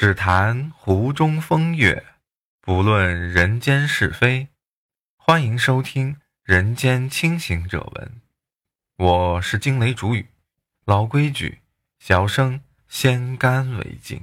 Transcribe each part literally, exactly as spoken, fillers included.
只谈湖中风月，不论人间是非。欢迎收听《人间清醒者文》，我是惊雷主语。老规矩，小生先干为敬。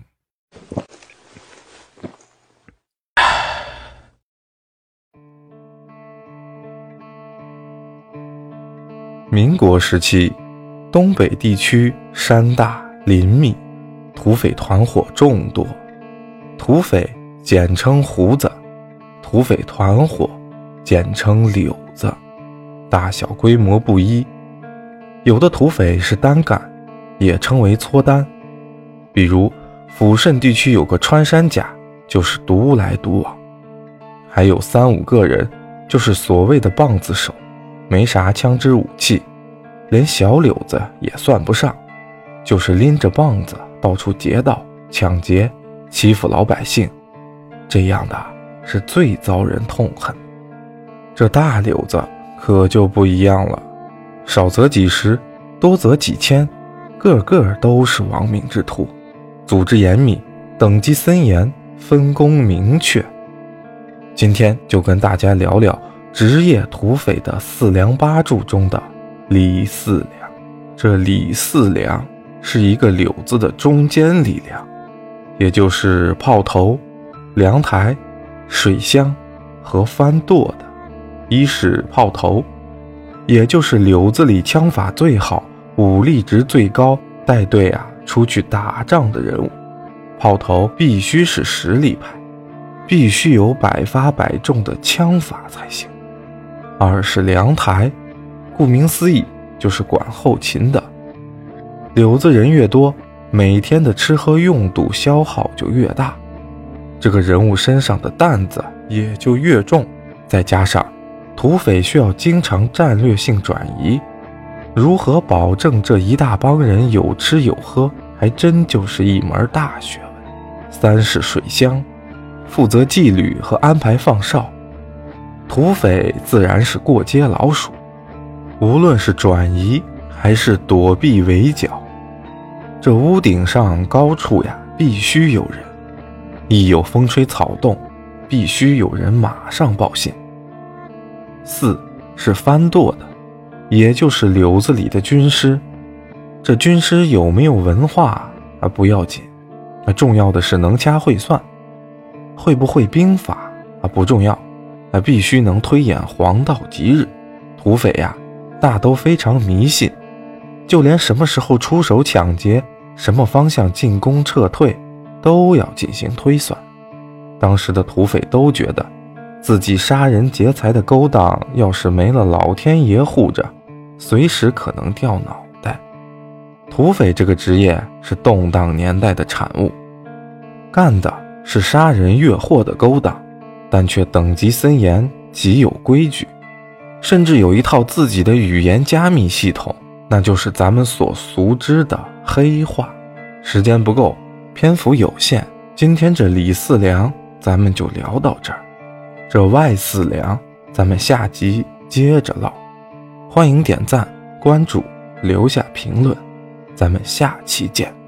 民国时期，东北地区山大林密，土匪团伙众多。土匪简称胡子，土匪团伙简称柳子，大小规模不一。有的土匪是单干，也称为撮单。比如抚顺地区有个穿山甲，就是独来独往。还有三五个人，就是所谓的棒子手，没啥枪支武器，连小柳子也算不上，就是拎着棒子到处劫道抢劫，欺负老百姓，这样的是最遭人痛恨。这大柳子可就不一样了，少则几十，多则几千，个个都是亡命之徒，组织严密，等级森严，分工明确。今天就跟大家聊聊职业土匪的四梁八柱中的李四梁。这李四梁是一个柳子的中坚力量，也就是炮头、凉台、水箱和翻舵的。一是炮头，也就是柳子里枪法最好、武力值最高，带队啊出去打仗的人物。炮头必须是实力派，必须有百发百中的枪法才行。二是凉台，顾名思义就是管后勤的。柳子人越多，每天的吃喝用度消耗就越大，这个人物身上的担子也就越重。再加上土匪需要经常战略性转移，如何保证这一大帮人有吃有喝，还真就是一门大学问。三是水乡，负责纪律和安排放哨。土匪自然是过街老鼠，无论是转移还是躲避围剿，这屋顶上高处呀必须有人，一有风吹草动，必须有人马上报信。四是翻舵的，也就是柳子里的军师。这军师有没有文化啊不要紧，啊重要的是能掐会算。会不会兵法啊不重要，啊必须能推演黄道吉日。土匪呀大都非常迷信，就连什么时候出手抢劫，什么方向进攻撤退，都要进行推算。当时的土匪都觉得自己杀人劫财的勾当要是没了老天爷护着，随时可能掉脑袋。土匪这个职业是动荡年代的产物，干的是杀人越货的勾当，但却等级森严，极有规矩，甚至有一套自己的语言加密系统，那就是咱们所熟知的黑话。时间不够，篇幅有限，今天这李四梁咱们就聊到这儿，这外四梁咱们下集接着唠。欢迎点赞、关注、留下评论，咱们下期见。